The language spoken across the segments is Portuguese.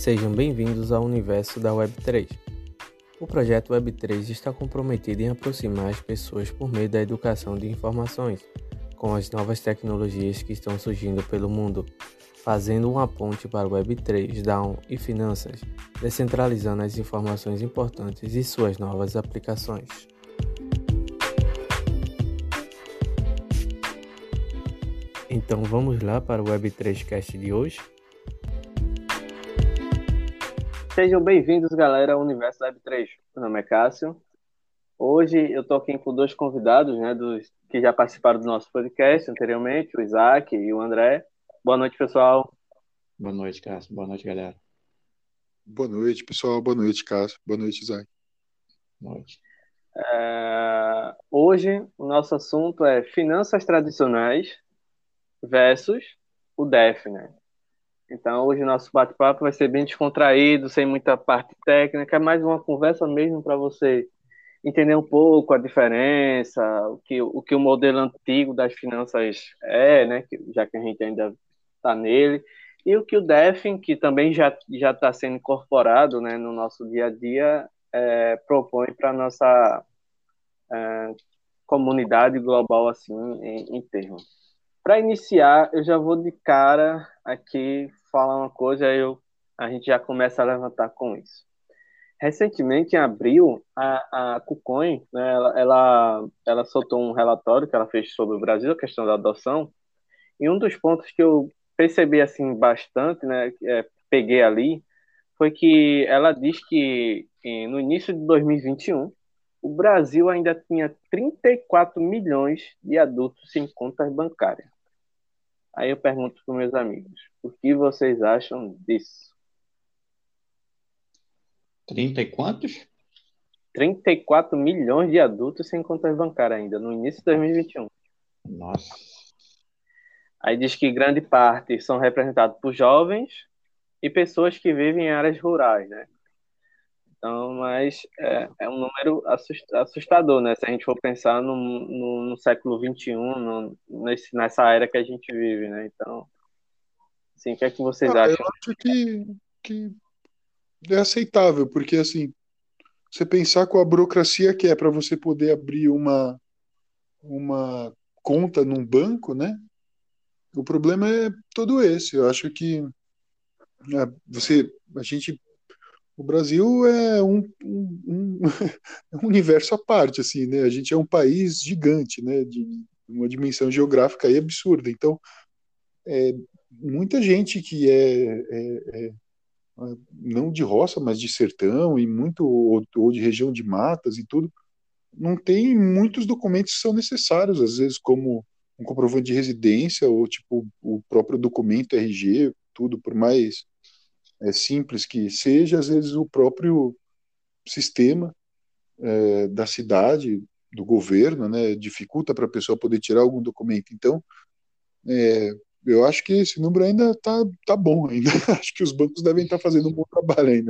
Sejam bem-vindos ao universo da Web3. O projeto Web3 está comprometido em aproximar as pessoas por meio da educação de informações, com as novas tecnologias que estão surgindo pelo mundo, fazendo uma ponte para o Web3, DAO e finanças, descentralizando as informações importantes e suas novas aplicações. Então vamos lá para o Web3 Cast de hoje? Sejam bem-vindos, galera, ao Universo Web3. Meu nome é Cássio. Hoje eu estou aqui com dois convidados, dos que já participaram do nosso podcast anteriormente, o Isaac e o André. Boa noite, pessoal. Boa noite, Cássio. Boa noite, galera. Boa noite, pessoal. Boa noite, Cássio. Boa noite, Isaac. Boa noite. Hoje o nosso assunto é finanças tradicionais versus o DeFi, né? Então, hoje o nosso bate-papo vai ser bem descontraído, sem muita parte técnica, é mais uma conversa mesmo para você entender um pouco a diferença, o que o modelo antigo das finanças é, né? Já que a gente ainda está nele, e o que o DeFi, que também já está sendo incorporado, né, no nosso dia a dia, propõe para a nossa comunidade global, assim, em termos. Para iniciar, eu já vou de cara aqui falar uma coisa, a gente já começa a levantar com isso. Recentemente, em abril, a KuCoin, né, ela soltou um relatório que ela fez sobre o Brasil, a questão da adoção, e um dos pontos que eu percebi assim bastante, né, peguei ali, foi que ela diz que no início de 2021, o Brasil ainda tinha 34 milhões de adultos sem contas bancárias. Aí eu pergunto para meus amigos, o que vocês acham disso? 30 e quantos? 34 milhões de adultos sem contas bancárias ainda, no início de 2021. Nossa. Aí diz que grande parte são representados por jovens e pessoas que vivem em áreas rurais, né? Então, mas é um número assustador, né? Se a gente for pensar no século XXI, nessa era que a gente vive, né? Então, assim, o que é que vocês Eu acham? acho que é aceitável, porque assim, você pensar com a burocracia que é para você poder abrir uma conta num banco, né? O problema é todo esse. Eu acho que o Brasil é é um universo à parte, assim, né? A gente é um país gigante, né? De uma dimensão geográfica aí absurda. Então, muita gente que não de roça, mas de sertão e muito ou de região de matas e tudo, não tem muitos documentos que são necessários, às vezes como um comprovante de residência ou tipo o próprio documento RG, tudo por mais simples que seja, às vezes o próprio sistema da cidade, do governo, né, dificulta para a pessoa poder tirar algum documento. Então, eu acho que esse número ainda tá bom ainda. Acho que os bancos devem estar fazendo um bom trabalho ainda,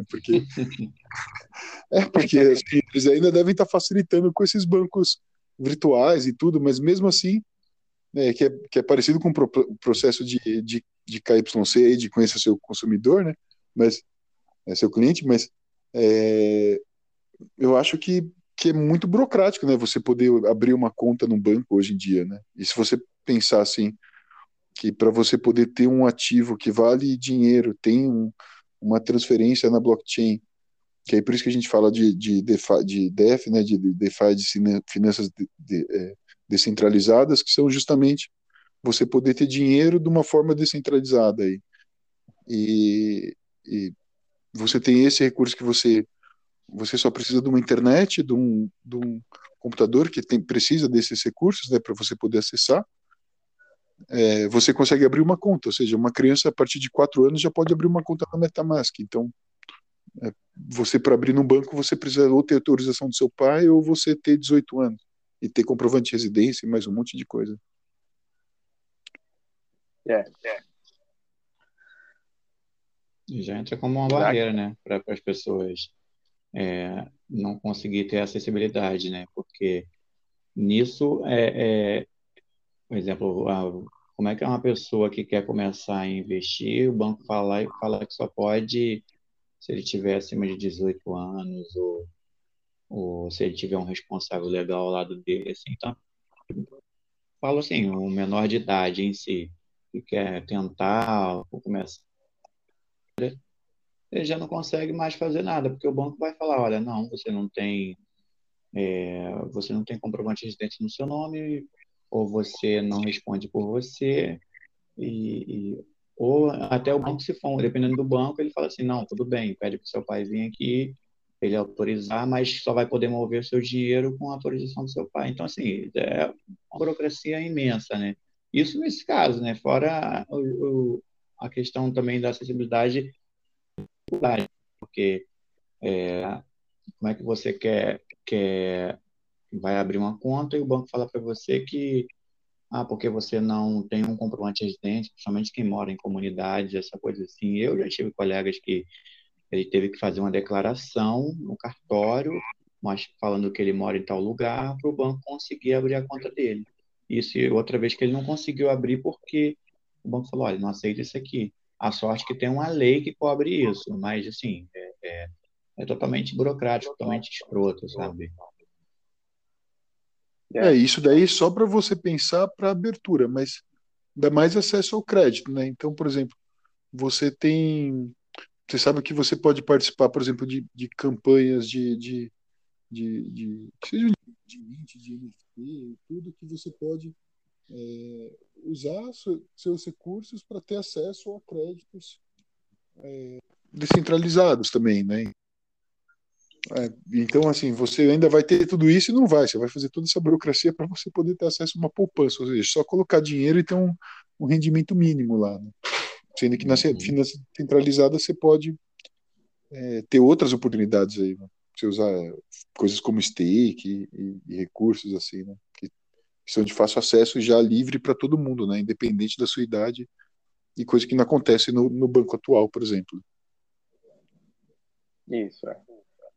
porque assim, eles ainda devem estar facilitando com esses bancos virtuais e tudo, mas mesmo assim, que é parecido com o processo de KYC, de conhecer seu consumidor, né? Mas seu cliente, mas eu acho que é muito burocrático, né? Você poder abrir uma conta no banco hoje em dia, né? E se você pensar assim, que para você poder ter um ativo que vale dinheiro, tem uma transferência na blockchain, que é por isso que a gente fala de DeFi, de DeFi, né, de DeFi, de finanças descentralizadas, que são justamente você poder ter dinheiro de uma forma descentralizada aí. E você tem esse recurso que você só precisa de uma internet, de um computador que precisa desses recursos, né, para você poder acessar. Você consegue abrir uma conta, ou seja, uma criança a partir de 4 anos já pode abrir uma conta na MetaMask. Então, você para abrir no banco, você precisa ou ter autorização do seu pai ou você ter 18 anos e ter comprovante de residência e mais um monte de coisa. Já entra como uma barreira, né, para as pessoas não conseguir ter acessibilidade, né? Porque nisso por exemplo, como é que é uma pessoa que quer começar a investir, o banco fala que só pode se ele tiver acima de 18 anos ou se ele tiver um responsável legal ao lado dele, assim. Então, falo assim, o menor de idade em si, que quer tentar ou começar, ele já não consegue mais fazer nada, porque o banco vai falar, olha, não, você não tem comprovante de residência no seu nome, ou você não responde por você, ou até o banco, se for, dependendo do banco, ele fala assim, não, tudo bem, pede para o seu pai vir aqui, ele autorizar, mas só vai poder mover o seu dinheiro com a autorização do seu pai. Então, assim, é uma burocracia imensa, né? Isso nesse caso, né? Fora a questão também da acessibilidade, porque como é que você vai abrir uma conta e o banco fala para você que porque você não tem um comprovante de residência, principalmente quem mora em comunidades, essa coisa assim. Eu já tive colegas que ele teve que fazer uma declaração no cartório, mas falando que ele mora em tal lugar, para o banco conseguir abrir a conta dele. Isso e outra vez que ele não conseguiu abrir porque o banco falou, olha, não aceita isso aqui. A sorte que tem uma lei que cobre isso, mas assim, é totalmente burocrático, totalmente escroto, sabe? Isso daí só para você pensar para abertura, mas dá mais acesso ao crédito, né? Então, por exemplo, você tem, você sabe que você pode participar, por exemplo, de campanhas que sejam de mint, de NFT, tudo que você pode usar seus recursos para ter acesso a créditos descentralizados também, né? Então, assim, você ainda vai ter tudo isso e não vai. Você vai fazer toda essa burocracia para você poder ter acesso a uma poupança, ou seja, só colocar dinheiro e ter um rendimento mínimo lá, né? Sendo que na Uhum. finança centralizada você pode ter outras oportunidades aí, né? Você usar coisas como stake e recursos assim, né? Que são de fácil acesso e já livre para todo mundo, né? Independente da sua idade e coisa que não acontece no banco atual, por exemplo. Isso, é.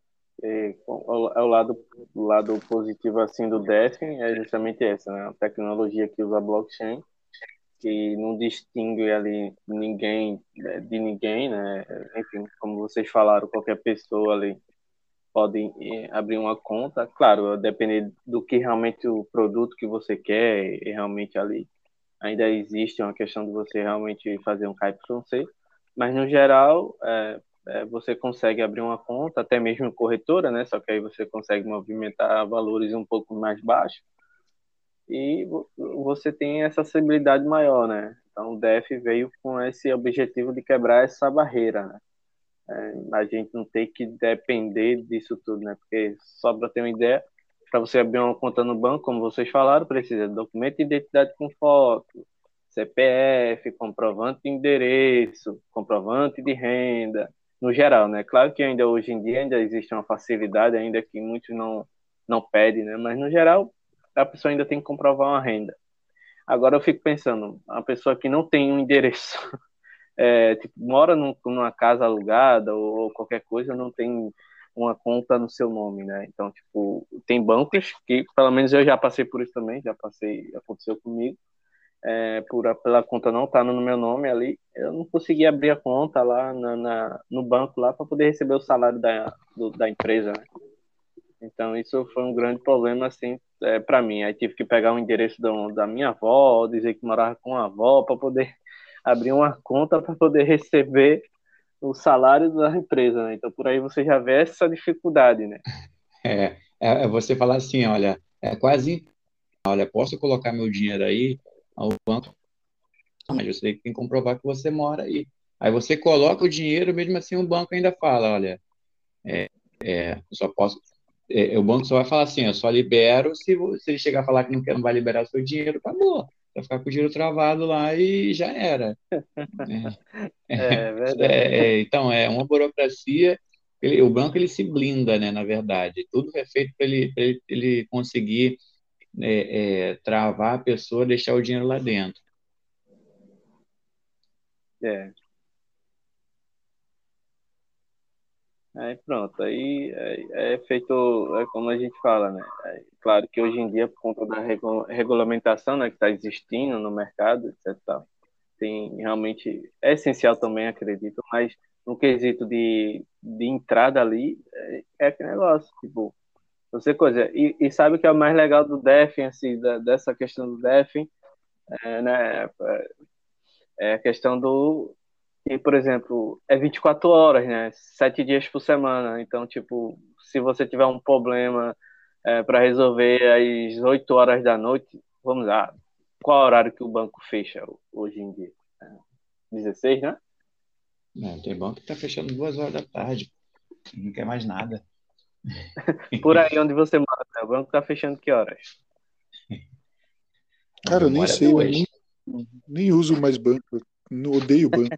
É o lado positivo assim do DeFi é justamente essa, né? A tecnologia que usa blockchain, que não distingue ali ninguém de ninguém, né? Enfim, como vocês falaram, qualquer pessoa ali pode abrir uma conta. Claro, depender do que realmente o produto que você quer e realmente ali ainda existe uma questão de você realmente fazer um KYC, mas no geral você consegue abrir uma conta, até mesmo corretora, né? Só que aí você consegue movimentar valores um pouco mais baixos e você tem essa acessibilidade maior, né? Então o DEF veio com esse objetivo de quebrar essa barreira, né? A gente não tem que depender disso tudo, né? Porque só para ter uma ideia, para você abrir uma conta no banco, como vocês falaram, precisa de documento de identidade com foto, CPF, comprovante de endereço, comprovante de renda, no geral, né? Claro que ainda hoje em dia ainda existe uma facilidade, ainda que muitos não pedem, né? Mas no geral, a pessoa ainda tem que comprovar uma renda. Agora eu fico pensando, a pessoa que não tem um endereço, tipo, mora numa casa alugada ou qualquer coisa, não tem uma conta no seu nome, né? Então, tipo, tem bancos que, pelo menos eu já passei por isso também, já passei, aconteceu comigo, pela conta não estar no meu nome ali, eu não consegui abrir a conta lá no banco lá para poder receber o salário da empresa, né? Então isso foi um grande problema assim para mim. Aí tive que pegar o endereço da minha avó, dizer que morava com a avó para poder abrir uma conta para poder receber o salário da empresa, né? Então por aí você já vê essa dificuldade, né? É você falar assim, olha, olha, posso colocar meu dinheiro aí? O banco, "Não, mas você tem que comprovar que você mora aí. Aí você coloca o dinheiro, mesmo assim o banco ainda fala, olha, eu só posso, o banco só vai falar assim, eu só libero se ele chegar a falar que não quer, não vai liberar seu dinheiro, acabou. Vai ficar com o dinheiro travado lá e já era. É verdade. Então, é uma burocracia. O banco ele se blinda, né, na verdade. Tudo é feito para ele conseguir travar a pessoa, deixar o dinheiro lá dentro. É. Aí pronto, aí é feito, como a gente fala, né? Claro que hoje em dia, por conta da regulamentação, né, que está existindo no mercado, etc. Tem realmente é essencial também, acredito, mas no quesito de de entrada ali, é aquele negócio, tipo, você coisa. E sabe o que é o mais legal do DeFi, assim, dessa questão do DeFi, né? É a questão do. E, por exemplo, é 24 horas, né? 7 dias por semana. Então, tipo, se você tiver um problema para resolver às 8 horas da noite, vamos lá. Qual horário que o banco fecha hoje em dia? 16, né? Tem banco que tá fechando 2 horas da tarde, não quer mais nada. Por aí onde você mora, né? O banco tá fechando que horas? Cara, Onde eu eu nem moro é sei, eu 2. nem uso mais banco. Eu odeio banco.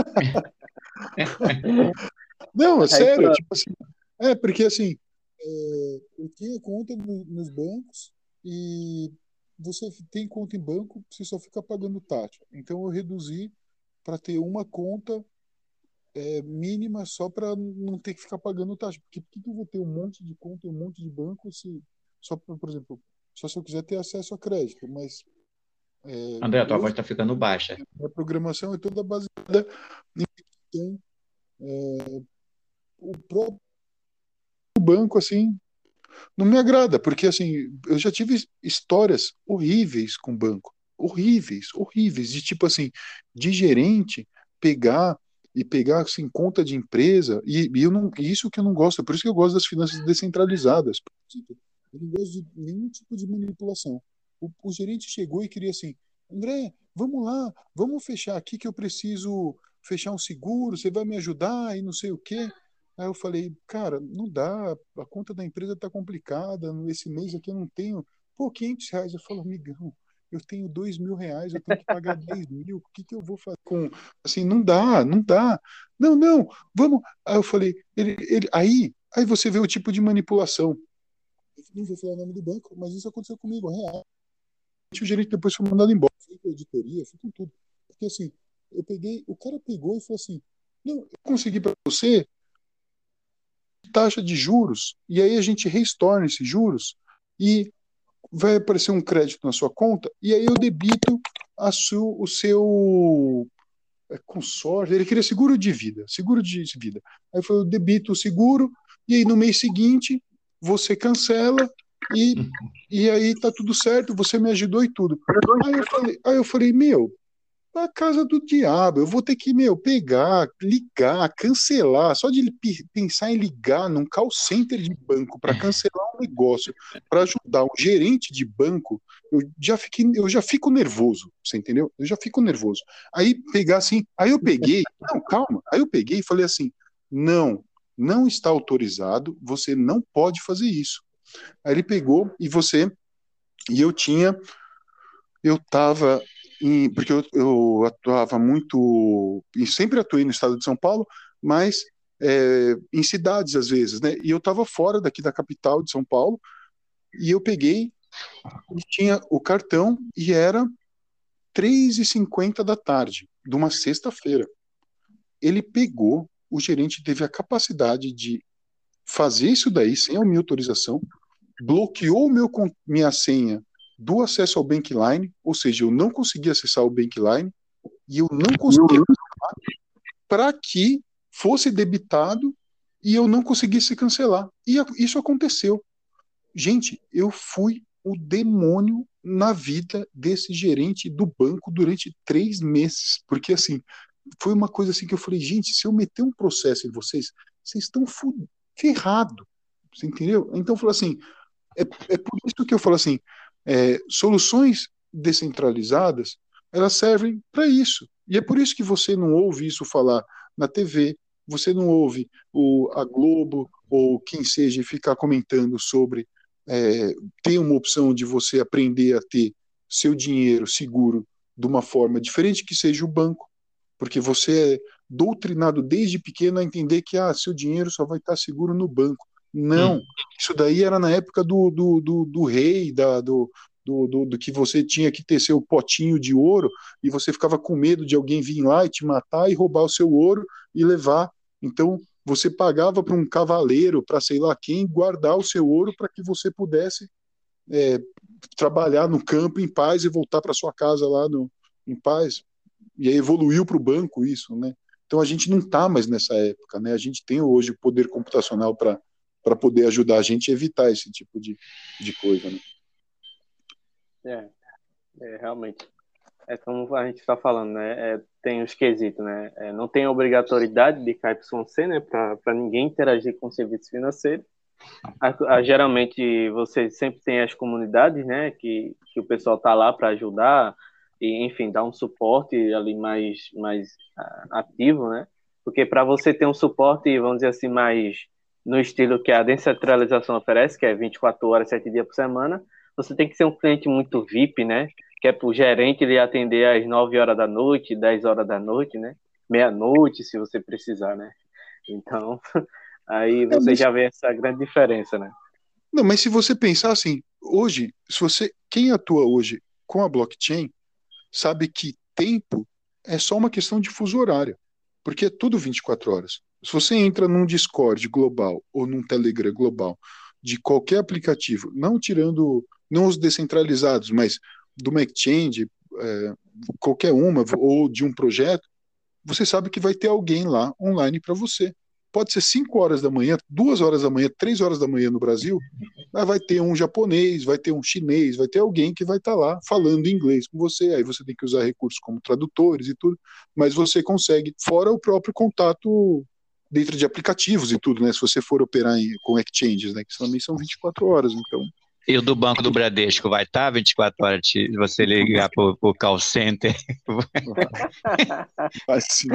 Não, é Aí sério, pronto. tipo assim. Porque assim, eu tinha conta nos bancos e você tem conta em banco, você só fica pagando taxa. Então eu reduzi para ter uma conta mínima só para não ter que ficar pagando taxa. Porque por que eu vou ter um monte de conta e um monte de banco se só por exemplo, só se eu quiser ter acesso a crédito, mas André, a tua hoje voz tá ficando baixa. a programação é toda baseada em tem, o próprio banco assim não me agrada, porque assim, eu já tive histórias horríveis com banco, horríveis, horríveis, de tipo assim, de gerente pegar pegar assim conta de empresa e eu não, isso que eu não gosto, por isso que eu gosto das finanças descentralizadas. Eu não gosto de nenhum tipo de manipulação. O gerente chegou e queria assim, André, vamos lá, vamos fechar aqui que eu preciso fechar um seguro, você vai me ajudar e não sei o quê. Aí eu falei, cara, não dá, a conta da empresa tá complicada, esse mês aqui eu não tenho, pô, R$ 500. Eu falo, amigão, eu tenho R$ 2.000, eu tenho que pagar 10.000, o que que eu vou fazer com, assim, não dá, não dá, não, não, vamos, aí eu falei, aí você vê o tipo de manipulação, eu não vou falar o nome do banco, mas isso aconteceu comigo, real, o gerente depois foi mandado embora, fui com a auditoria, fui com tudo, porque assim, o cara pegou e falou assim, não, eu consegui para você taxa de juros, e aí a gente reestorna esses juros e vai aparecer um crédito na sua conta, e aí eu debito o seu consórcio, ele queria seguro de vida. Aí foi eu debito o seguro, e aí no mês seguinte você cancela e aí tá tudo certo, você me ajudou e tudo. Aí eu falei, meu, a casa do diabo, eu vou ter que, meu, pegar, ligar, cancelar, só de pensar em ligar num call center de banco para cancelar um negócio, para ajudar um gerente de banco, eu já fico nervoso, você entendeu? Eu já fico nervoso. Aí pegar assim, aí eu peguei, não, calma, aí eu peguei e falei assim, não, não está autorizado, você não pode fazer isso. Aí ele pegou e eu estava porque eu atuava muito, e sempre atuei no estado de São Paulo, mas em cidades às vezes, né? E eu estava fora daqui da capital de São Paulo, e eu peguei e tinha o cartão, e era 3h50 da tarde, de uma sexta-feira. Ele pegou, o gerente teve a capacidade de fazer isso daí sem a minha autorização, bloqueou minha senha do acesso ao Bankline, ou seja, eu não conseguia acessar o Bankline e eu não conseguia para que fosse debitado e eu não conseguisse cancelar. E isso aconteceu. Gente, eu fui o demônio na vida desse gerente do banco durante 3 meses, porque assim, foi uma coisa assim que eu falei, gente, se eu meter um processo em vocês, vocês estão ferrados, você entendeu? Então, eu falei assim, é por isso que eu falo assim, soluções descentralizadas, elas servem para isso. E é por isso que você não ouve isso falar na TV, você não ouve a Globo ou quem seja ficar comentando sobre ter uma opção de você aprender a ter seu dinheiro seguro de uma forma diferente que seja o banco, porque você é doutrinado desde pequeno a entender que seu dinheiro só vai estar seguro no banco. Não, isso daí era na época do rei, do que você tinha que ter seu potinho de ouro e você ficava com medo de alguém vir lá e te matar e roubar o seu ouro e levar. Então, você pagava para um cavaleiro, para sei lá quem, guardar o seu ouro para que você pudesse é, trabalhar no campo em paz e voltar para sua casa lá em paz. E aí evoluiu para o banco isso, né? Então a gente não está mais nessa época, né? A gente tem hoje o poder computacional para poder ajudar a gente a evitar esse tipo de coisa, né? Realmente. É como a gente está falando, né? Tem os quesitos, né? Não tem obrigatoriedade de KYC, né? Para ninguém interagir com o serviço financeiro. Geralmente você sempre tem as comunidades, né? Que o pessoal tá lá para ajudar e, enfim, dar um suporte ali mais ativo, né? Porque para você ter um suporte, vamos dizer assim, mais no estilo que a descentralização oferece, que é 24 horas, 7 dias por semana, você tem que ser um cliente muito VIP, né? Que é para o gerente lhe atender às 9 horas da noite, 10 horas da noite, né? Meia-noite, se você precisar, né? Então, aí você Mas, já vê essa grande diferença, né? não, mas se você pensar assim, hoje, quem atua hoje com a blockchain sabe que tempo é só uma questão de fuso horário, porque é tudo 24 horas. Se você entra num Discord global ou num Telegram global de qualquer aplicativo, não os descentralizados, mas de uma exchange, qualquer uma, ou de um projeto, você sabe que vai ter alguém lá online para você. Pode ser 5 horas da manhã, 2 horas da manhã, 3 horas da manhã no Brasil, mas vai ter um japonês, vai ter um chinês, vai ter alguém que vai estar lá falando inglês com você. Aí você tem que usar recursos como tradutores e tudo, mas você consegue, fora o próprio contato dentro de aplicativos e tudo, né? Se você for operar com exchanges, né? Que também são 24 horas, então. E o do Banco do Bradesco vai estar 24 horas se você ligar para o call center? Assim.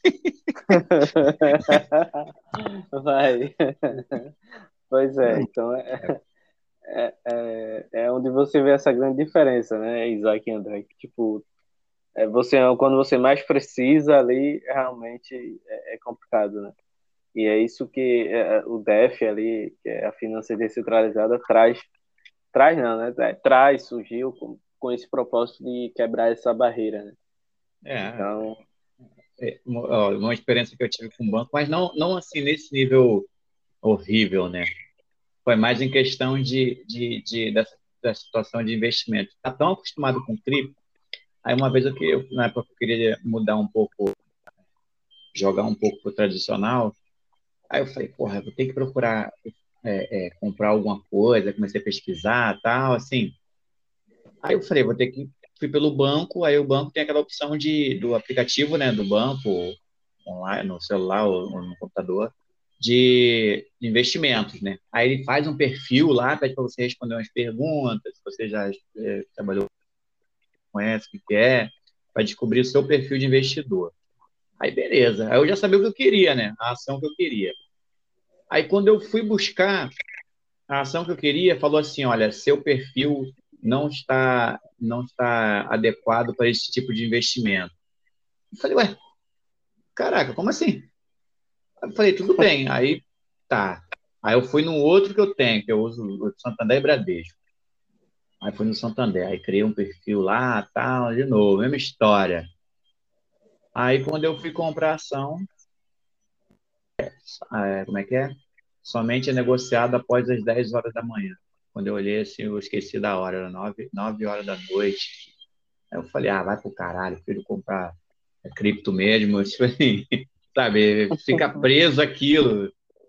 Vai. Pois então é onde você vê essa grande diferença, né, Isaac e André? Que, tipo, quando você mais precisa ali, realmente é complicado, né? E é isso que o DEF ali, que é a finança descentralizada, traz não, né? Surgiu com esse propósito de quebrar essa barreira, né? Então, uma experiência que eu tive com o banco, mas não assim nesse nível horrível, né? Foi mais em questão dessa situação de investimento. Está tão acostumado com cripto, aí uma vez na época eu queria mudar um pouco, jogar um pouco pro tradicional, aí eu falei, porra, eu vou ter que procurar comprar alguma coisa, comecei a pesquisar, tal, assim. Aí eu falei, fui pelo banco, aí o banco tem aquela opção do aplicativo, né, do banco, online, no celular ou no computador, de investimentos, né? Aí ele faz um perfil lá, pede para você responder umas perguntas, se você já trabalhou, conhece o que é, para descobrir o seu perfil de investidor. Aí beleza, aí eu já sabia o que eu queria, né? A ação que eu queria. Aí quando eu fui buscar a ação que eu queria, falou assim, olha, seu perfil não está adequado para esse tipo de investimento. Eu falei, ué, caraca, como assim? Eu falei, tudo bem. Aí, tá. Aí eu fui no outro que eu tenho, que eu uso o Santander e Bradesco. Aí fui no Santander, aí criei um perfil lá, tal, de novo, mesma história. Aí quando eu fui comprar a ação, como é que é? Somente é negociado após as 10 horas da manhã. Quando eu olhei assim, eu esqueci da hora, era 9 horas da noite. Aí eu falei, vai pro caralho, prefiro comprar cripto mesmo, tipo assim, sabe, fica preso aquilo.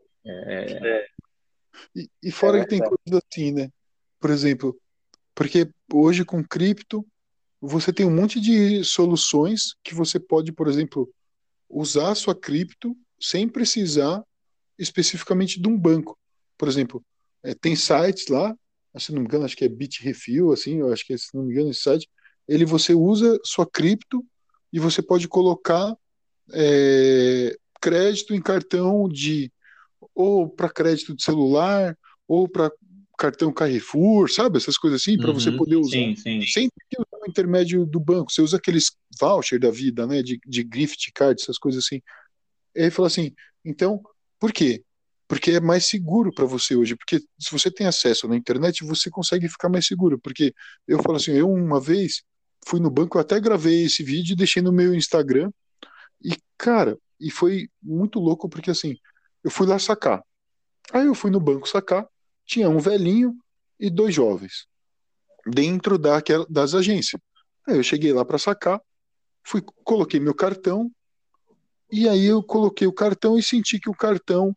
E fora que tem coisas assim, né? Por exemplo, porque hoje com cripto você tem um monte de soluções que você pode, por exemplo, usar a sua cripto sem precisar especificamente de um banco. Por exemplo, tem sites lá, se não me engano, acho que é Bitrefill, assim, eu acho que se não me engano esse site, você usa sua cripto e você pode colocar crédito em cartão ou para crédito de celular ou para cartão Carrefour, sabe? Essas coisas assim, para você poder usar sim. sem ter que usar o intermédio do banco. Você usa aqueles voucher da vida, né? De gift card, essas coisas assim. E aí fala assim, então, por quê? Porque é mais seguro para você hoje. Porque se você tem acesso na internet, você consegue ficar mais seguro. Porque eu falo assim, eu uma vez fui no banco, eu até gravei esse vídeo e deixei no meu Instagram. E, cara, foi muito louco porque assim, eu fui lá sacar. Aí eu fui no banco sacar, tinha um velhinho e dois jovens dentro das agências. Aí eu cheguei lá para sacar, coloquei meu cartão E aí eu coloquei o cartão e senti que o cartão,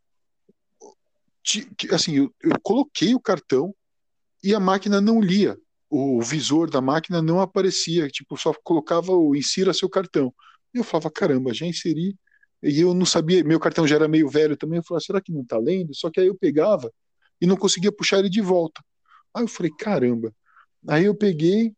assim, eu coloquei o cartão e a máquina não lia. O visor da máquina não aparecia, tipo, só colocava o insira seu cartão. E eu falava, caramba, já inseri. E eu não sabia, meu cartão já era meio velho também. Eu falava, será que não tá lendo? Só que aí eu pegava e não conseguia puxar ele de volta. Aí eu falei, caramba. Aí eu peguei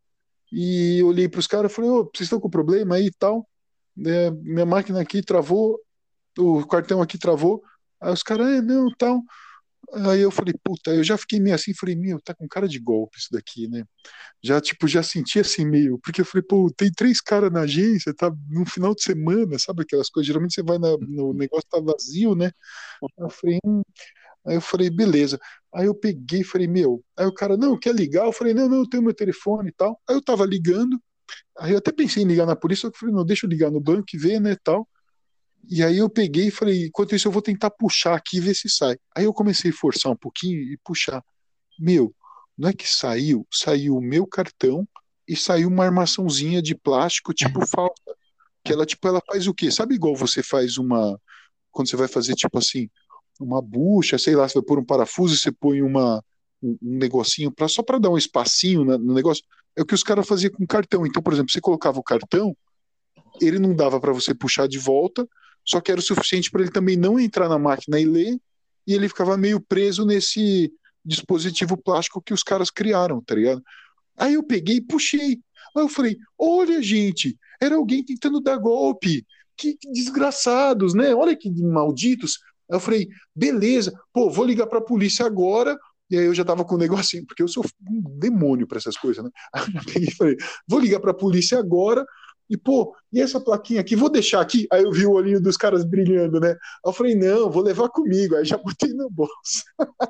e olhei para os caras e falei, ô, vocês estão com problema aí e tal? Minha máquina aqui travou, o cartão aqui travou. Aí os caras, não, tal. Aí eu falei, puta, eu já fiquei meio assim, falei, meu, tá com cara de golpe isso daqui, né? Já, tipo, já senti assim meio, porque eu falei, pô, tem 3 caras na agência, tá no final de semana, sabe aquelas coisas? Geralmente você vai no negócio tá vazio, né? Aí eu falei, Aí eu falei, beleza. Aí eu peguei e falei, meu. Aí o cara, não, quer ligar? Eu falei, não, não, eu tenho meu telefone e tal. Aí eu tava ligando, aí eu até pensei em ligar na polícia, só que eu falei, não, deixa eu ligar no banco e ver, né, tal. E aí eu peguei e falei, enquanto isso eu vou tentar puxar aqui e ver se sai. Aí eu comecei a forçar um pouquinho e puxar. Meu, não é que saiu o meu cartão e saiu uma armaçãozinha de plástico tipo falsa. Que ela, tipo, ela faz o quê? Sabe igual você faz quando você vai fazer, tipo assim, uma bucha, sei lá, você vai pôr um parafuso e você põe um negocinho só para dar um espacinho no negócio. É o que os caras faziam com cartão. Então, por exemplo, você colocava o cartão, ele não dava para você puxar de volta, só que era o suficiente para ele também não entrar na máquina e ler, e ele ficava meio preso nesse dispositivo plástico que os caras criaram, tá ligado? Aí eu peguei e puxei. Aí eu falei: olha, gente, era alguém tentando dar golpe. Que desgraçados, né? Olha que malditos. Aí eu falei: beleza, pô, vou ligar pra polícia agora. E aí eu já tava com o negocinho, porque eu sou um demônio pra essas coisas, né? Aí eu já peguei e falei: vou ligar pra polícia agora. E, pô, e essa plaquinha aqui? Vou deixar aqui. Aí eu vi o olhinho dos caras brilhando, né? Aí eu falei: não, vou levar comigo. Aí já botei no bolso.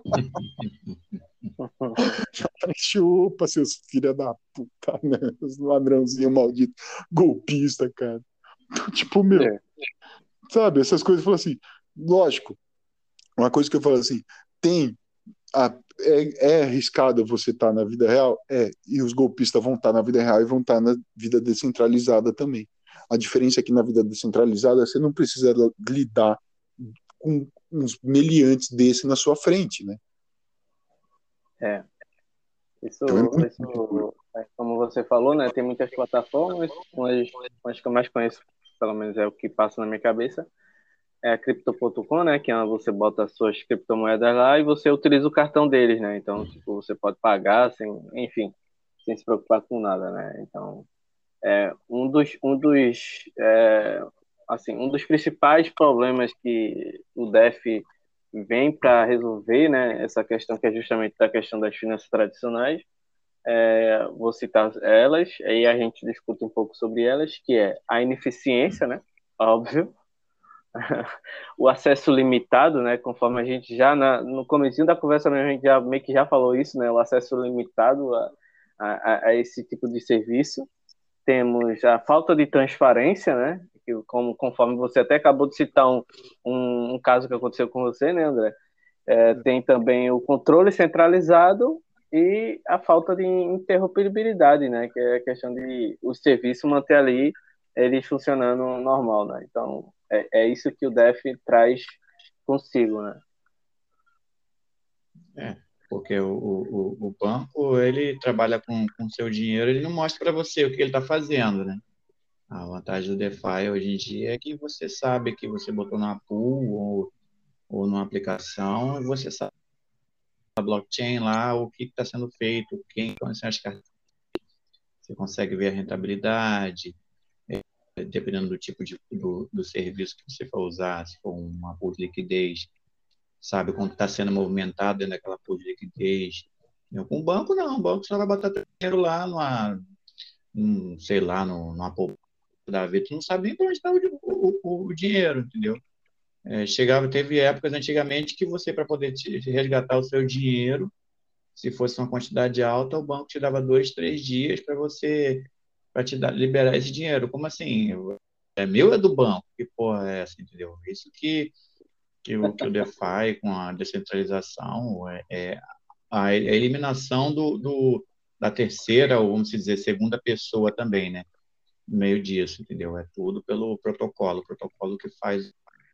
Chupa, seus filha da puta, né? Os ladrãozinhos malditos, golpista, cara. Tipo, meu, É, sabe, essas coisas, eu falo assim, lógico, uma coisa que eu falo assim, tem, é arriscado você estar na vida real? E os golpistas vão estar na vida real e vão estar na vida descentralizada também. A diferença é que na vida descentralizada você não precisa lidar com uns meliantes desse na sua frente, né? é. Então é muito Isso, como você falou, né? Tem muitas plataformas, mas que eu mais conheço, pelo menos é o que passa na minha cabeça, é a Crypto.com, né? Que é onde você bota as suas criptomoedas lá e você utiliza o cartão deles, né? Então, tipo, você pode pagar sem, enfim, sem se preocupar com nada, né? Então, um dos principais problemas que o DeFi vem para resolver, né? Essa questão que é justamente da questão das finanças tradicionais. Vou citar elas, aí a gente discute um pouco sobre elas, que é a ineficiência, né? Óbvio, o acesso limitado, né? Conforme a gente já no comecinho da conversa mesmo, a gente já meio que já falou isso, né? O acesso limitado a esse tipo de serviço. Temos a falta de transparência, né? Que, conforme você até acabou de citar um caso que aconteceu com você, né, André? Tem também o controle centralizado e a falta de interrompibilidade, né? Que é a questão de o serviço manter ali eles funcionando normal, né? Então, é isso que o DEF traz consigo, né? É, porque o banco, ele trabalha com seu dinheiro, ele não mostra para você o que ele está fazendo, né? A vantagem do DeFi hoje em dia é que você sabe que você botou na pool ou numa aplicação e você sabe na blockchain lá o que está sendo feito, quem são as carteiras, você consegue ver a rentabilidade, dependendo do tipo do serviço que você for usar, se for uma pool de liquidez, sabe quanto está sendo movimentado dentro daquela pool de liquidez. Com o banco, não. O banco só vai botar teu dinheiro lá sei lá, numa poupança da vida. Tu não sabe nem para onde está o dinheiro, entendeu? Teve épocas antigamente que você, para poder resgatar o seu dinheiro, se fosse uma quantidade alta, o banco te dava 2, 3 dias para liberar esse dinheiro. Como assim? É meu ou é do banco? Que porra é essa, entendeu? Isso que o DeFi, com a descentralização, é a eliminação da terceira, ou vamos dizer, segunda pessoa também, né? no meio disso, entendeu? É tudo pelo protocolo, o protocolo que faz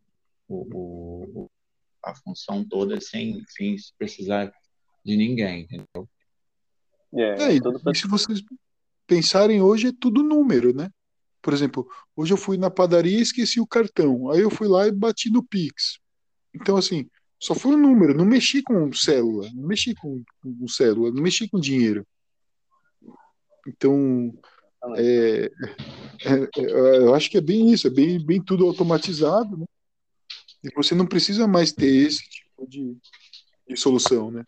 a função toda sem precisar de ninguém, entendeu? É, tudo E se vocês pensarem hoje, é tudo número, né? Por exemplo, hoje eu fui na padaria e esqueci o cartão. Aí eu fui lá e bati no Pix. Então, assim, só foi um número. Não mexi com célula, não mexi com célula, não mexi com dinheiro. Então, é, eu acho que é bem isso, é bem tudo automatizado, né? E você não precisa mais ter esse tipo de solução, né?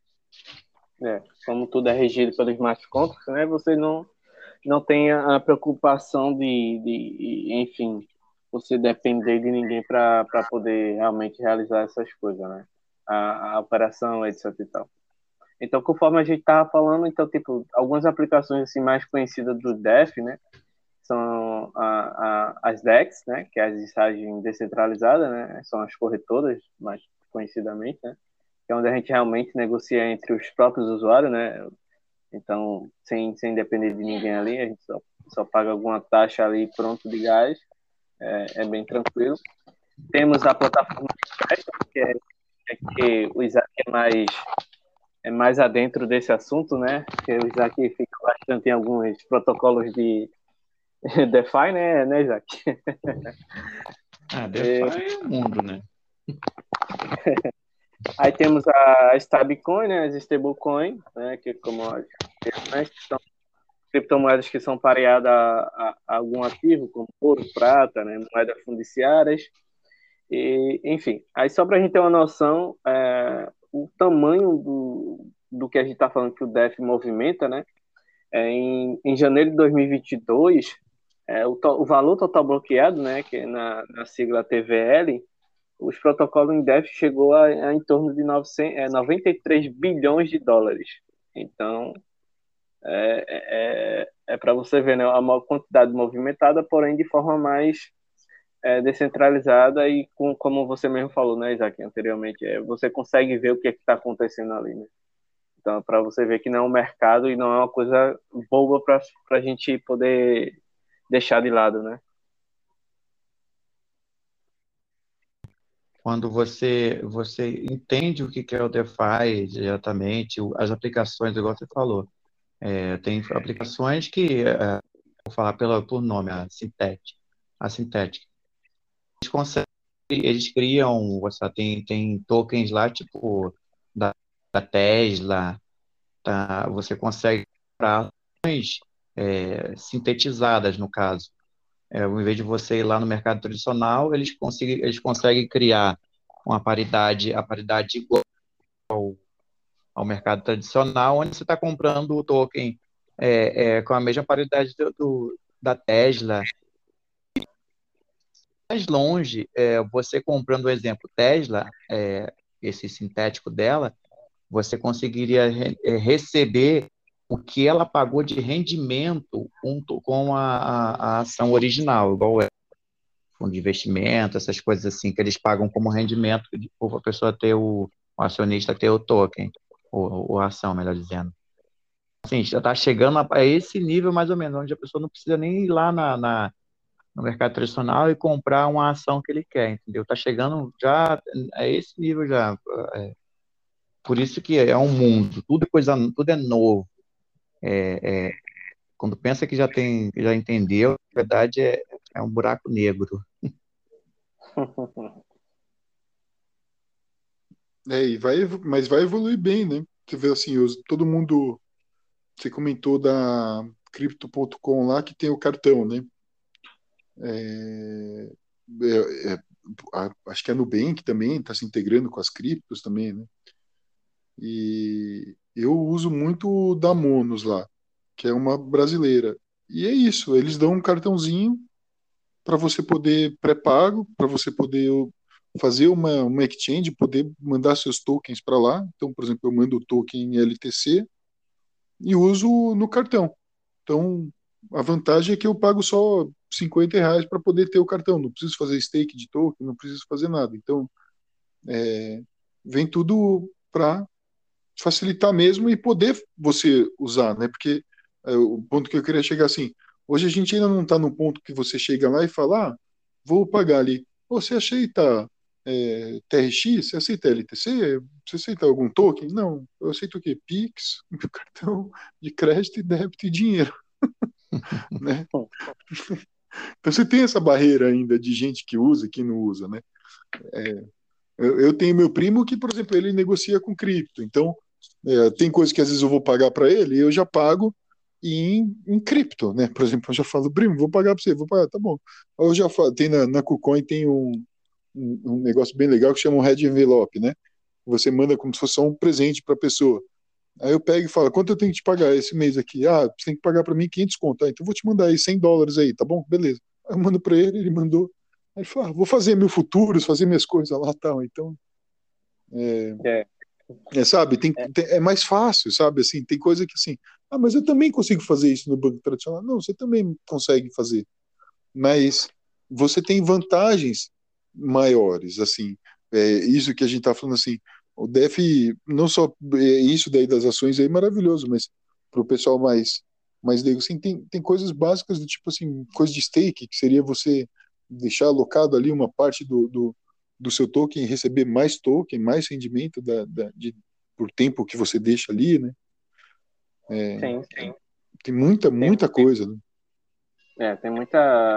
como tudo é regido pelos smart contracts, né? Você não tem a preocupação enfim, você depender de ninguém para poder realmente realizar essas coisas, né? A operação, etc e tal. Então, conforme a gente estava falando, então, tipo, algumas aplicações assim, mais conhecidas do DEF, né? São as DEX, né? Que é as listagem descentralizada, né? São as corretoras, mais conhecidamente, né? Que é onde a gente realmente negocia entre os próprios usuários, né? Então, sem depender de ninguém ali, a gente só paga alguma taxa ali pronto de gás, é bem tranquilo. Temos a plataforma Express, que o Isaac é mais adentro desse assunto, né? Que o Isaac fica bastante em alguns protocolos de DeFi, né, Isaac? DeFi é o mundo, né? Aí temos a stablecoin, né? As stablecoin, né? Que como né, que são criptomoedas que são pareadas a algum ativo, como ouro, prata, né? Moedas fundiciárias. E, enfim, aí só para a gente ter uma noção, o tamanho do que a gente está falando que o DEF movimenta, né? Em janeiro de 2022, o valor total bloqueado, né? Que é na sigla TVL, os protocolos em DEF chegou a em torno de 93 bilhões de dólares. Então, para você ver, né, a maior quantidade movimentada, porém de forma mais descentralizada e como você mesmo falou, né, Isaac, anteriormente, você consegue ver o que está acontecendo ali, né? Então, para você ver que não é um mercado e não é uma coisa boba para a gente poder deixar de lado, né? Quando você entende o que é o DeFi diretamente, as aplicações, igual você falou, tem aplicações que, vou falar por nome, a Synthetix. Eles criam, tem tokens lá, tipo, da Tesla, tá? Você consegue comprar ações sintetizadas, no caso. Ao invés de você ir lá no mercado tradicional, eles conseguem criar a paridade igual ao mercado tradicional, onde você está comprando o token com a mesma paridade da Tesla. Mais longe, você comprando o exemplo Tesla, esse sintético dela, você conseguiria receber o que ela pagou de rendimento com a ação original, igual fundo de investimento, essas coisas assim, que eles pagam como rendimento para a pessoa ter o acionista ter o token, ou a ação, melhor dizendo. Assim, já está chegando a esse nível mais ou menos, onde a pessoa não precisa nem ir lá no mercado tradicional e comprar uma ação que ele quer, entendeu? Está chegando já a esse nível já. Por isso que é um mundo, tudo é novo. Quando pensa que já entendeu, na verdade é um buraco negro. Mas vai evoluir bem, né? Você vê assim, todo mundo. Você comentou da Crypto.com lá que tem o cartão, né? É, acho que a Nubank também está se integrando com as criptos também, né? E eu uso muito o da Monos lá, que é uma brasileira. E é isso, eles dão um cartãozinho para você poder pré-pago, para você poder fazer uma exchange, poder mandar seus tokens para lá. Então, por exemplo, eu mando o token em LTC e uso no cartão. Então, a vantagem é que eu pago só R$ 50 para poder ter o cartão. Não preciso fazer stake de token, não preciso fazer nada. Então, vem tudo para facilitar mesmo e poder você usar, né? Porque o ponto que eu queria chegar assim, Hoje a gente ainda não está no ponto que você chega lá e fala, vou pagar ali. Você aceita TRX? Você aceita LTC? Você aceita algum token? Não, eu aceito o quê? Pix, meu cartão de crédito e débito e dinheiro, né? Então você tem essa barreira ainda de gente que usa e que não usa, né? Eu tenho meu primo que, por exemplo, ele negocia com cripto. Então, tem coisas que às vezes eu vou pagar para ele e eu já pago em cripto, né? Por exemplo, eu já falo, primo, vou pagar para você, vou pagar, tá bom. Eu já falo, tem na KuCoin tem um negócio bem legal que chama um Red Envelope, né? Você manda como se fosse só um presente para a pessoa. Aí eu pego e falo, quanto eu tenho que te pagar esse mês aqui? Ah, você tem que pagar para mim 500 conto. Então eu vou te mandar aí US$ 100 aí, tá bom? Beleza. Aí eu mando para ele, ele mandou. Aí ele falou, vou fazer meus futuros, fazer minhas coisas lá e tal. Então, É, sabe, é, é mais fácil, sabe? Assim, tem coisa que assim, mas eu também consigo fazer isso no banco tradicional. Não, você também consegue fazer, mas você tem vantagens maiores, assim. Isso que a gente está falando assim, o DEF, não só isso daí das ações é maravilhoso, mas para o pessoal mais leigo, assim, tem coisas básicas do tipo assim, coisa de stake, que seria você deixar alocado ali uma parte do seu token e receber mais token, mais rendimento por tempo que você deixa ali, né? É, sim, sim. tem muita, Tem, muita coisa, né? tem muita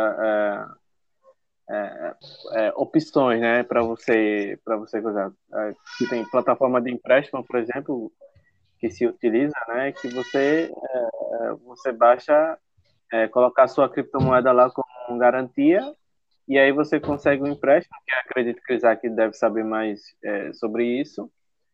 opções, né, para você usar. Tem plataforma de empréstimo, por exemplo, que se utiliza, né, que você baixa, colocar sua criptomoeda lá como garantia e aí você consegue um empréstimo, que eu acredito que o Isaac deve saber mais sobre isso.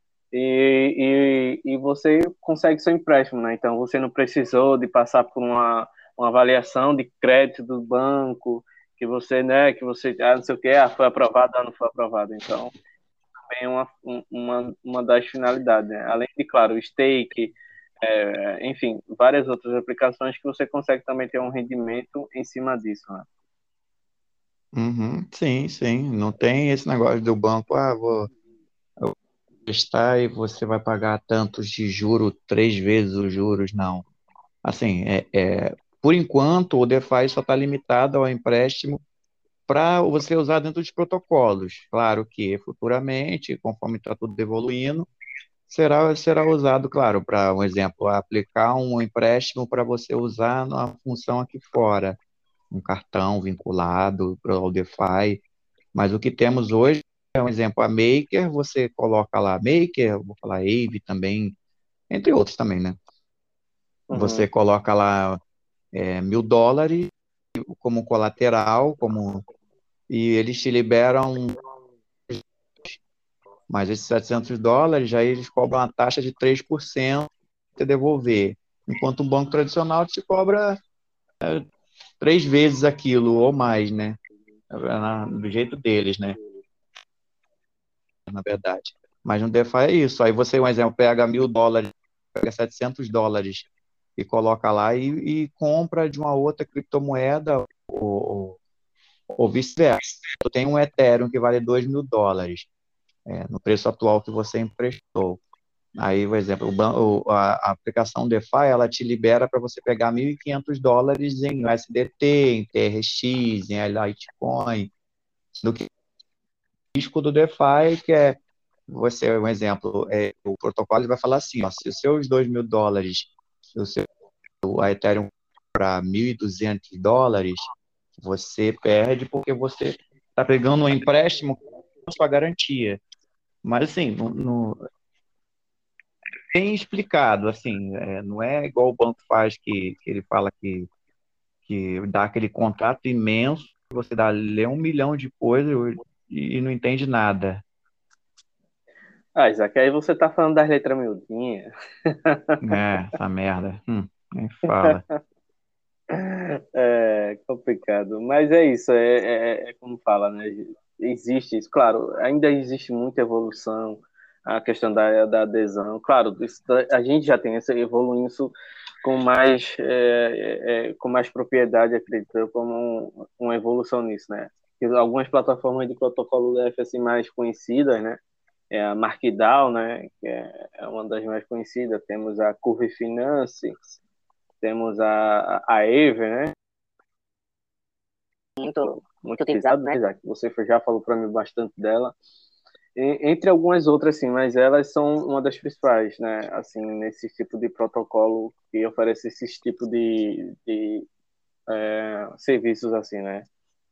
E você consegue seu empréstimo, né? Então você não precisou de passar por uma avaliação de crédito do banco, que você, né, que você, não sei o que, foi aprovado, não foi aprovado. Então, também é uma das finalidades, né? Além de, claro, o stake, enfim, várias outras aplicações que você consegue também ter um rendimento em cima disso, né? Uhum, sim, sim. Não tem esse negócio do banco, eu vou prestar e você vai pagar tantos de juro, 3 vezes os juros, não. Assim, por enquanto, o DeFi só está limitado ao empréstimo para você usar dentro dos protocolos. Claro que futuramente, conforme está tudo evoluindo, será usado, claro, para um exemplo, aplicar um empréstimo para você usar na função aqui fora, um cartão vinculado para o DeFi. Mas o que temos hoje é um exemplo, a Maker, você coloca lá Maker, vou falar Aave também, entre outros também, né? Você Uhum. coloca lá US$ 1.000 como colateral, e eles te liberam, mas esses US$ 700, aí eles cobram uma taxa de 3% para te devolver, enquanto um banco tradicional te cobra 3 vezes aquilo ou mais, né? Do jeito deles, né? Na verdade. Mas no DeFi é isso. Aí você, um exemplo, pega US$ 1.000, pega US$ 700 e coloca lá e compra de uma outra criptomoeda ou vice-versa. Eu tenho um Ethereum que vale US$ 2.000, no preço atual que você emprestou. Aí, por exemplo, a aplicação DeFi, ela te libera para você pegar US$ 1.500 em USDT, em TRX, em Litecoin, do que o risco do DeFi, que é você, um exemplo, o protocolo vai falar assim, ó, se os seus US$ 2.000, a Ethereum para US$ 1.200, você perde porque você está pegando um empréstimo com sua garantia. Mas assim, tem explicado, assim, não é igual o banco faz que ele fala que dá aquele contrato imenso, você lê 1 milhão de coisas e não entende nada. Isaac, aí você tá falando das letras miudinhas. Essa merda. Nem fala. É complicado, mas é isso, é como fala, né? Existe isso, claro, ainda existe muita evolução, a questão da adesão, claro, a gente já tem essa evoluindo isso com mais propriedade, acredito eu, como uma evolução nisso, né? E algumas plataformas de protocolo DF assim, mais conhecidas, né? É a Markdown, né? Que é uma das mais conhecidas, temos a Curve Finance, temos a Aave, né? muito utilizado, né? Isaac, você já falou para mim bastante dela. Entre algumas outras, sim, mas elas são uma das principais, né? Assim, nesse tipo de protocolo que oferece esses tipos de serviços, assim, né?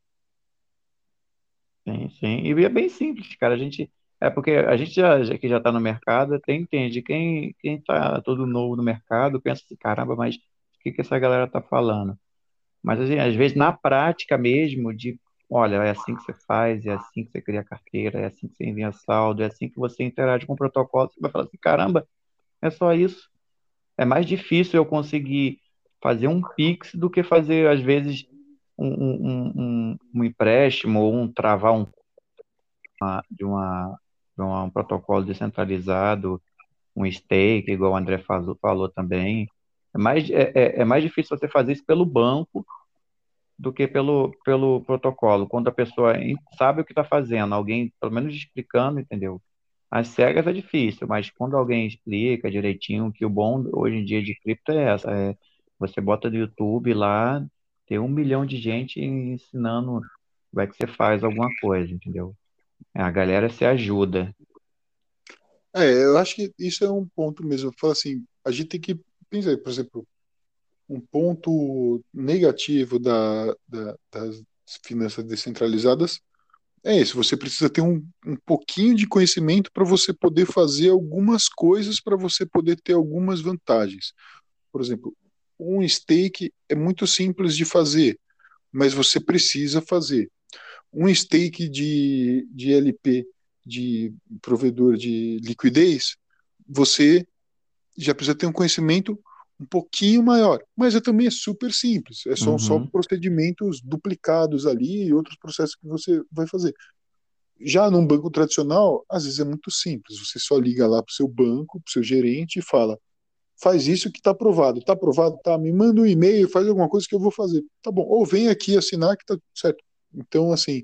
Sim, sim. E é bem simples, cara. É porque a gente que já está no mercado até entende. Quem está todo novo no mercado pensa assim, caramba, mas o que essa galera tá falando? Mas assim, às vezes na prática mesmo, olha, é assim que você faz, é assim que você cria carteira, é assim que você envia saldo, é assim que você interage com o protocolo, você vai falar assim, caramba, é só isso. É mais difícil eu conseguir fazer um Pix do que fazer, às vezes, um empréstimo ou travar de uma, um protocolo descentralizado, um stake, igual o André falou também. É mais difícil você fazer isso pelo banco do que pelo protocolo. Quando a pessoa sabe o que está fazendo, alguém pelo menos explicando, entendeu? As cegas é difícil, mas quando alguém explica direitinho, que o bom hoje em dia de cripto é essa, você bota no YouTube lá, tem 1 milhão de gente ensinando como é que você faz alguma coisa, entendeu? A galera se ajuda. Eu acho que isso é um ponto mesmo. Fala assim, a gente tem que pensar, por exemplo, um ponto negativo das finanças descentralizadas é esse. Você precisa ter um pouquinho de conhecimento para você poder fazer algumas coisas, para você poder ter algumas vantagens. Por exemplo, um stake é muito simples de fazer, mas você precisa fazer. Um stake de LP, de provedor de liquidez, você já precisa ter um conhecimento um pouquinho maior, mas também é super simples, são só Uhum, procedimentos duplicados ali e outros processos que você vai fazer. Já num banco tradicional, às vezes é muito simples, você só liga lá para o seu banco, para o seu gerente e fala, faz isso que está aprovado, está aprovado, tá, me manda um e-mail, faz alguma coisa que eu vou fazer, tá bom, ou vem aqui assinar que tá certo. Então, assim,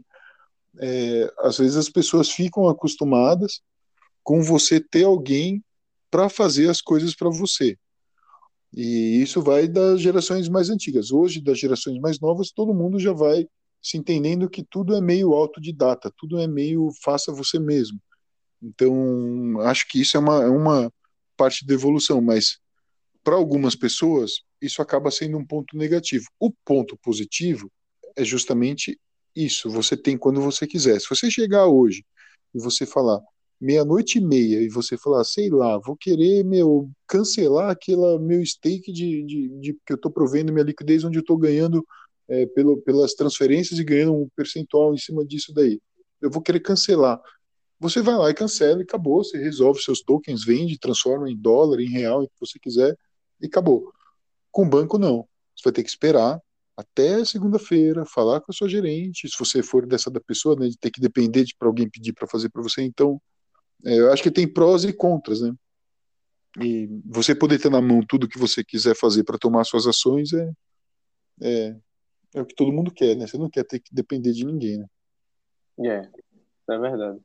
às vezes as pessoas ficam acostumadas com você ter alguém para fazer as coisas para você. E isso vai das gerações mais antigas. Hoje, das gerações mais novas, todo mundo já vai se entendendo que tudo é meio autodidata, tudo é meio faça você mesmo. Então, acho que isso é uma parte da evolução, mas para algumas pessoas, isso acaba sendo um ponto negativo. O ponto positivo é justamente isso. Você tem quando você quiser. Se você chegar hoje e você falar meia-noite e meia e você falar, sei lá, vou querer cancelar aquela meu stake que eu estou provendo minha liquidez, onde eu estou ganhando pelas transferências e ganhando um percentual em cima disso daí. Eu vou querer cancelar. Você vai lá e cancela e acabou. Você resolve seus tokens, vende, transforma em dólar, em real, em que você quiser e acabou. Com o banco, não. Você vai ter que esperar até segunda-feira, falar com a sua gerente, se você for dessa da pessoa, né, de ter que depender de para alguém pedir para fazer para você. Então, eu acho que tem prós e contras, né? E você poder ter na mão tudo que você quiser fazer para tomar suas ações é, é o que todo mundo quer, né? Você não quer ter que depender de ninguém, né? É verdade.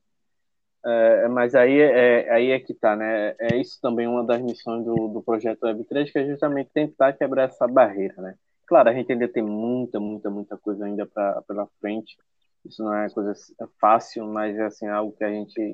Mas aí é que tá, né? É isso também uma das missões do projeto Web3, que é justamente tentar quebrar essa barreira, né? Claro, a gente ainda tem muita coisa ainda pela frente. Isso não é coisa fácil, mas é assim, algo que a gente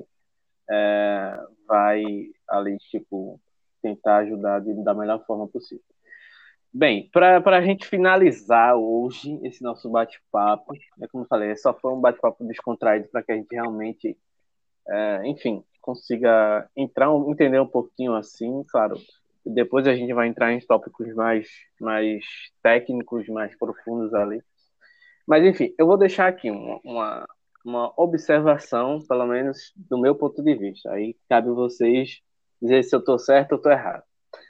vai ali, tipo, tentar ajudar da melhor forma possível. Bem, para a gente finalizar hoje esse nosso bate-papo, como eu falei, só foi um bate-papo descontraído para que a gente realmente enfim, consiga entender um pouquinho assim, claro. Depois a gente vai entrar em tópicos mais técnicos, mais profundos ali. Mas, enfim, eu vou deixar aqui uma observação, pelo menos do meu ponto de vista. Aí cabe vocês dizer se eu estou certo ou estou errado.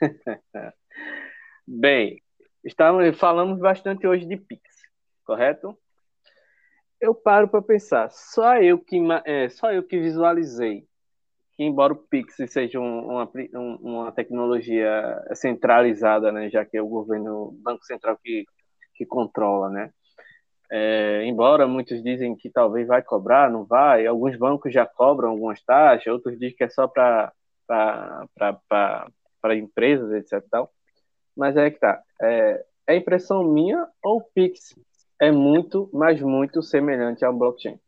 Bem, falamos bastante hoje de Pix, correto? Eu paro para pensar, só eu que visualizei que embora o Pix seja uma tecnologia centralizada, né, já que é o governo, o Banco Central que controla, né? Embora muitos dizem que talvez vai cobrar, não vai, alguns bancos já cobram algumas taxas, outros dizem que é só para empresas, etc. Tal. Mas é que tá. É impressão minha ou o Pix é muito, mas muito semelhante ao blockchain.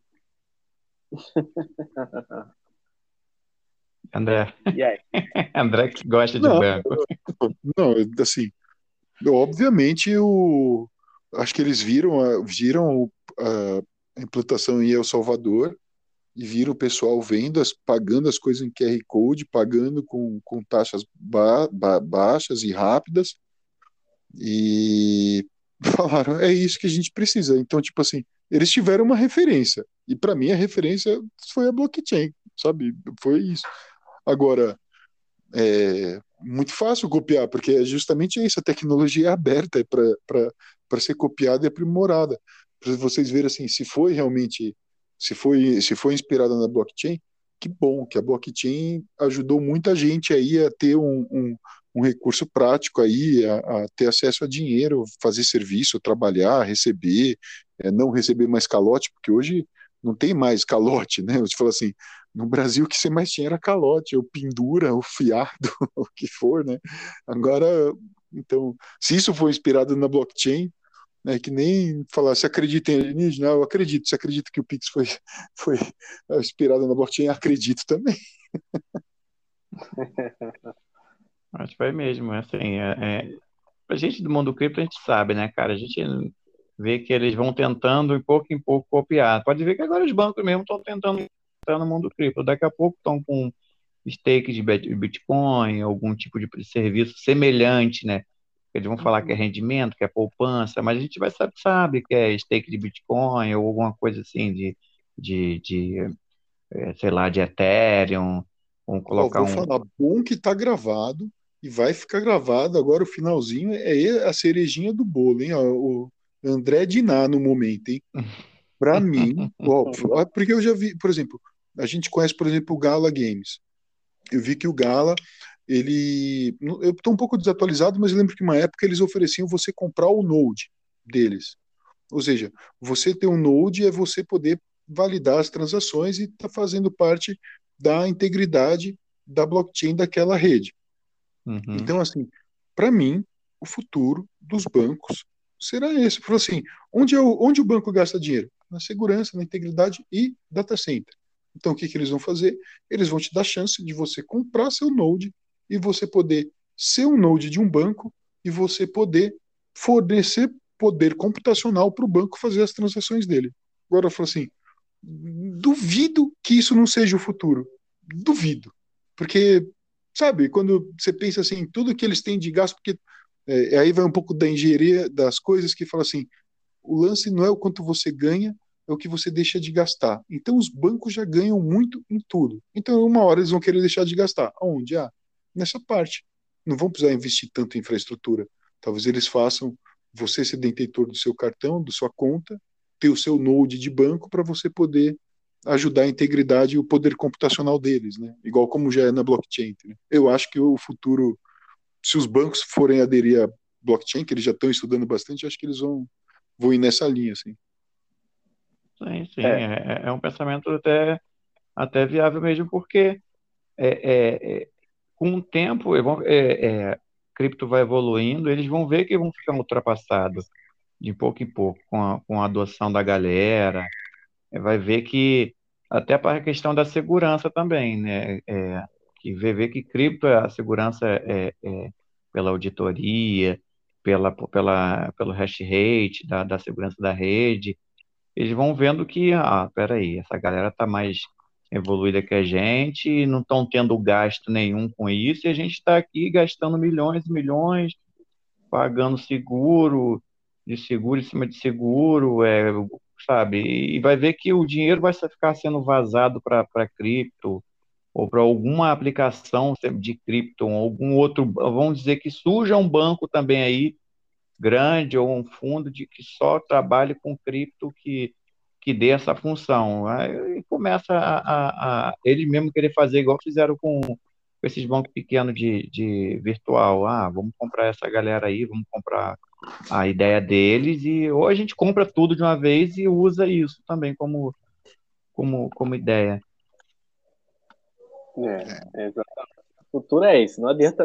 André, E aí? André que gosta de Não, banco. não, assim, obviamente acho que eles viram a implantação em El Salvador e viram o pessoal pagando as coisas em QR Code, pagando com taxas baixas e rápidas, e falaram, é isso que a gente precisa. Então, tipo assim, eles tiveram uma referência, e para mim a referência foi a blockchain, sabe? Foi isso. Agora, é muito fácil copiar, porque é justamente isso, a tecnologia é aberta para ser copiada e aprimorada. Para vocês verem assim, se foi inspirada na blockchain, que bom que a blockchain ajudou muita gente aí a ter um recurso prático aí, a ter acesso a dinheiro, fazer serviço, trabalhar, receber, não receber mais calote, porque hoje não tem mais calote, né? Eu te falo assim, no Brasil, o que você mais tinha era calote, ou pendura, ou fiado, o que for, né? Agora, então, se isso for inspirado na blockchain, né, que nem falar, se acredita em alienígena, eu acredito. Se acredita que o Pix foi inspirado na blockchain, acredito também. Acho que foi mesmo, assim, a gente do mundo cripto, a gente sabe, né, cara? A gente vê que eles vão tentando, em pouco, copiar. Pode ver que agora os bancos mesmo estão tentando entrar no mundo cripto. Daqui a pouco estão com stake de Bitcoin, algum tipo de serviço semelhante, né? Eles vão falar que é rendimento, que é poupança, mas a gente sabe que é stake de Bitcoin ou alguma coisa assim sei lá, de Ethereum. Vamos Ó, colocar vou um. falar, bom que tá gravado, e vai ficar gravado, agora o finalzinho é a cerejinha do bolo, hein? Ó, o André Diná no momento, hein? Para mim, ó, porque eu já vi, por exemplo, a gente conhece, por exemplo, o Gala Games. Eu vi que o Gala, eu estou um pouco desatualizado, mas eu lembro que uma época eles ofereciam você comprar o Node deles. Ou seja, você ter um Node é você poder validar as transações e tá fazendo parte da integridade da blockchain daquela rede. Uhum. Então, assim, para mim, o futuro dos bancos será esse. Falou assim, onde o banco gasta dinheiro? Na segurança, na integridade e data center. Então, o que eles vão fazer? Eles vão te dar chance de você comprar seu node e você poder ser um node de um banco e você poder fornecer poder computacional para o banco fazer as transações dele. Agora, eu falo assim, duvido que isso não seja o futuro. Duvido. Porque, sabe, quando você pensa assim, tudo que eles têm de gasto, porque aí vai um pouco da engenharia das coisas que fala assim, o lance não é o quanto você ganha, é o que você deixa de gastar. Então os bancos já ganham muito em tudo. Então uma hora eles vão querer deixar de gastar. Aonde? Nessa parte. Não vão precisar investir tanto em infraestrutura. Talvez eles façam você ser detentor do seu cartão, da sua conta, ter o seu node de banco para você poder ajudar a integridade e o poder computacional deles, né? Igual como já é na blockchain. Né? Eu acho que o futuro, se os bancos forem aderir à blockchain, que eles já estão estudando bastante, acho que eles vão ir nessa linha, assim. Sim, sim, É, é um pensamento até viável mesmo, porque com o tempo, cripto vai evoluindo, eles vão ver que vão ficar ultrapassados de pouco em pouco, com a adoção da galera. Vai ver que, até para a questão da segurança também, né? Que ver que cripto, a segurança pela auditoria, pelo hash rate da segurança da rede. Eles vão vendo que, peraí, essa galera está mais evoluída que a gente, e não estão tendo gasto nenhum com isso, e a gente está aqui gastando milhões e milhões, pagando de seguro em cima de seguro, sabe? E vai ver que o dinheiro vai ficar sendo vazado para cripto, ou para alguma aplicação de cripto, ou algum outro, vamos dizer que surja um banco também aí, grande, ou um fundo que só trabalhe com cripto que dê essa função. Aí começa eles mesmo querer fazer igual fizeram com esses bancos pequenos de virtual. Vamos comprar essa galera aí, vamos comprar a ideia deles, ou a gente compra tudo de uma vez e usa isso também como ideia. exatamente. O futuro é isso. Não adianta,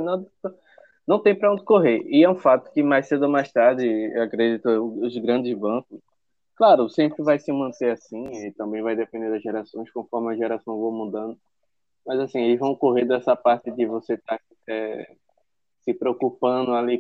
não tem para onde correr. E é um fato que mais cedo ou mais tarde, eu acredito, os grandes bancos Claro, sempre vai se manter assim, e também vai depender das gerações, conforme a geração for mudando. Mas assim, eles vão correr dessa parte de você estar se preocupando ali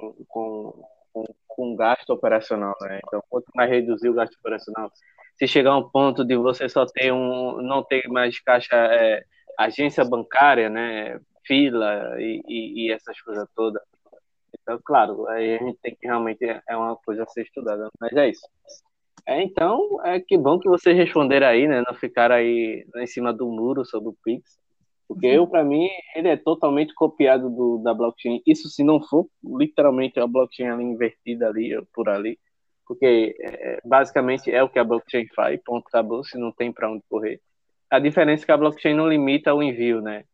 com gasto operacional, né? Então, quanto mais reduzir o gasto operacional, se chegar a um ponto de você só ter não ter mais caixa, agência bancária, né? Fila e essas coisas todas. Então, claro, aí a gente tem que realmente é uma coisa a ser estudada, mas é isso. Então, que bom que vocês responderam aí, né? Não ficaram aí em cima do muro sobre o Pix. Porque para mim, ele é totalmente copiado da blockchain. Isso se não for literalmente a blockchain ali invertida ali, por ali. Porque basicamente é o que a blockchain faz, ponto, acabou, se não tem para onde correr. A diferença é que a blockchain não limita o envio, né?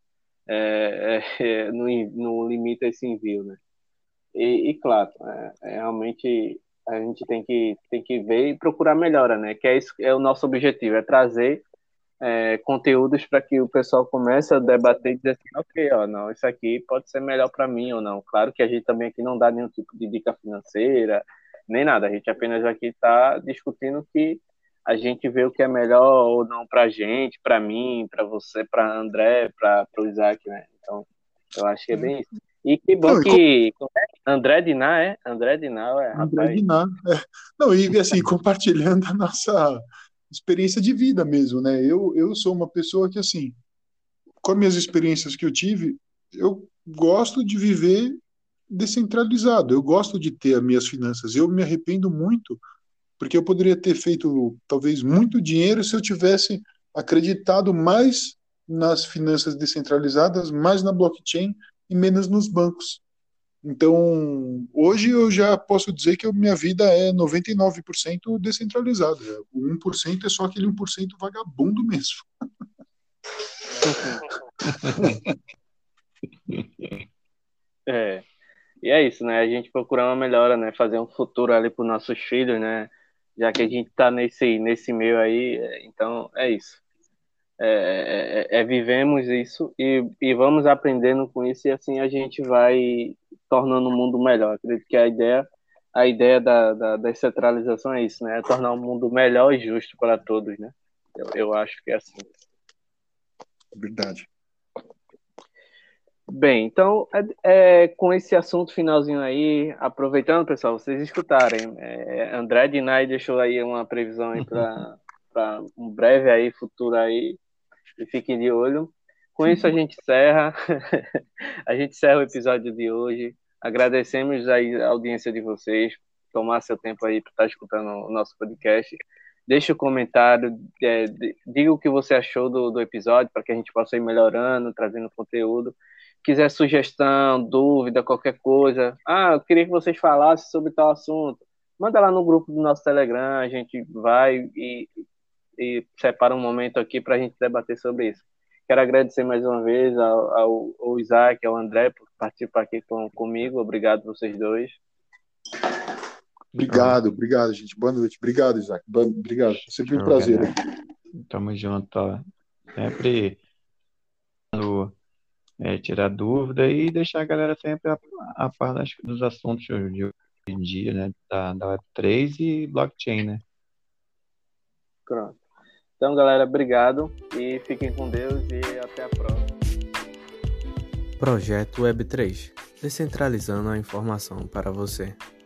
Não limita esse envio, né? E claro, realmente a gente tem que ver e procurar melhora, né? Que é isso, é o nosso objetivo, é trazer conteúdos para que o pessoal comece a debater e dizer assim, ok, ó, não, isso aqui pode ser melhor para mim ou não. Claro que a gente também aqui não dá nenhum tipo de dica financeira, nem nada, a gente apenas aqui está discutindo que a gente vê o que é melhor ou não para a gente, para mim, para você, para André, para o Isaac, né? Então, eu acho que é bem isso. E que bom que André Diná, André Diná, André rapaz. Diná. Não, e assim, compartilhando a nossa experiência de vida mesmo, né? Eu sou uma pessoa que, assim, com as minhas experiências que eu tive, eu gosto de viver descentralizado, eu gosto de ter as minhas finanças. Eu me arrependo muito, porque eu poderia ter feito, talvez, muito dinheiro se eu tivesse acreditado mais nas finanças descentralizadas, mais na blockchain e menos nos bancos. Então, hoje eu já posso dizer que a minha vida é 99% descentralizada. O 1% é só aquele 1% vagabundo mesmo. E é isso, né? A gente procurar uma melhora, né? Fazer um futuro ali para os nossos filhos, né? Já que a gente está nesse meio aí, então é isso. Vivemos isso e vamos aprendendo com isso e assim a gente vai tornando o mundo melhor. Acredito que a ideia da descentralização é isso, né? É tornar o mundo melhor e justo para todos, né? Eu acho que é assim. Verdade. Bem, então, com esse assunto finalzinho aí, aproveitando, pessoal, vocês escutarem, André Dinay deixou aí uma previsão aí para um breve aí, futuro aí, e fiquem de olho. Com isso a gente encerra, a gente encerra o episódio de hoje, agradecemos aí a audiência de vocês, tomar seu tempo aí para estar escutando o nosso podcast, deixe o comentário, diga o que você achou do episódio, para que a gente possa ir melhorando, trazendo conteúdo. Quiser sugestão, dúvida, qualquer coisa, eu queria que vocês falassem sobre tal assunto, manda lá no grupo do nosso Telegram, a gente vai e separa um momento aqui para a gente debater sobre isso. Quero agradecer mais uma vez ao Isaac, ao André, por participar aqui comigo, obrigado vocês dois. Obrigado, gente. Boa noite. Obrigado, Isaac. Obrigado. É sempre um prazer. Tamo junto, ó. Sempre tirar dúvida e deixar a galera sempre a par dos assuntos de hoje em dia, né? Da Web3 e blockchain, né? Pronto. Então, galera, obrigado e fiquem com Deus e até a próxima. Projeto Web3, descentralizando a informação para você.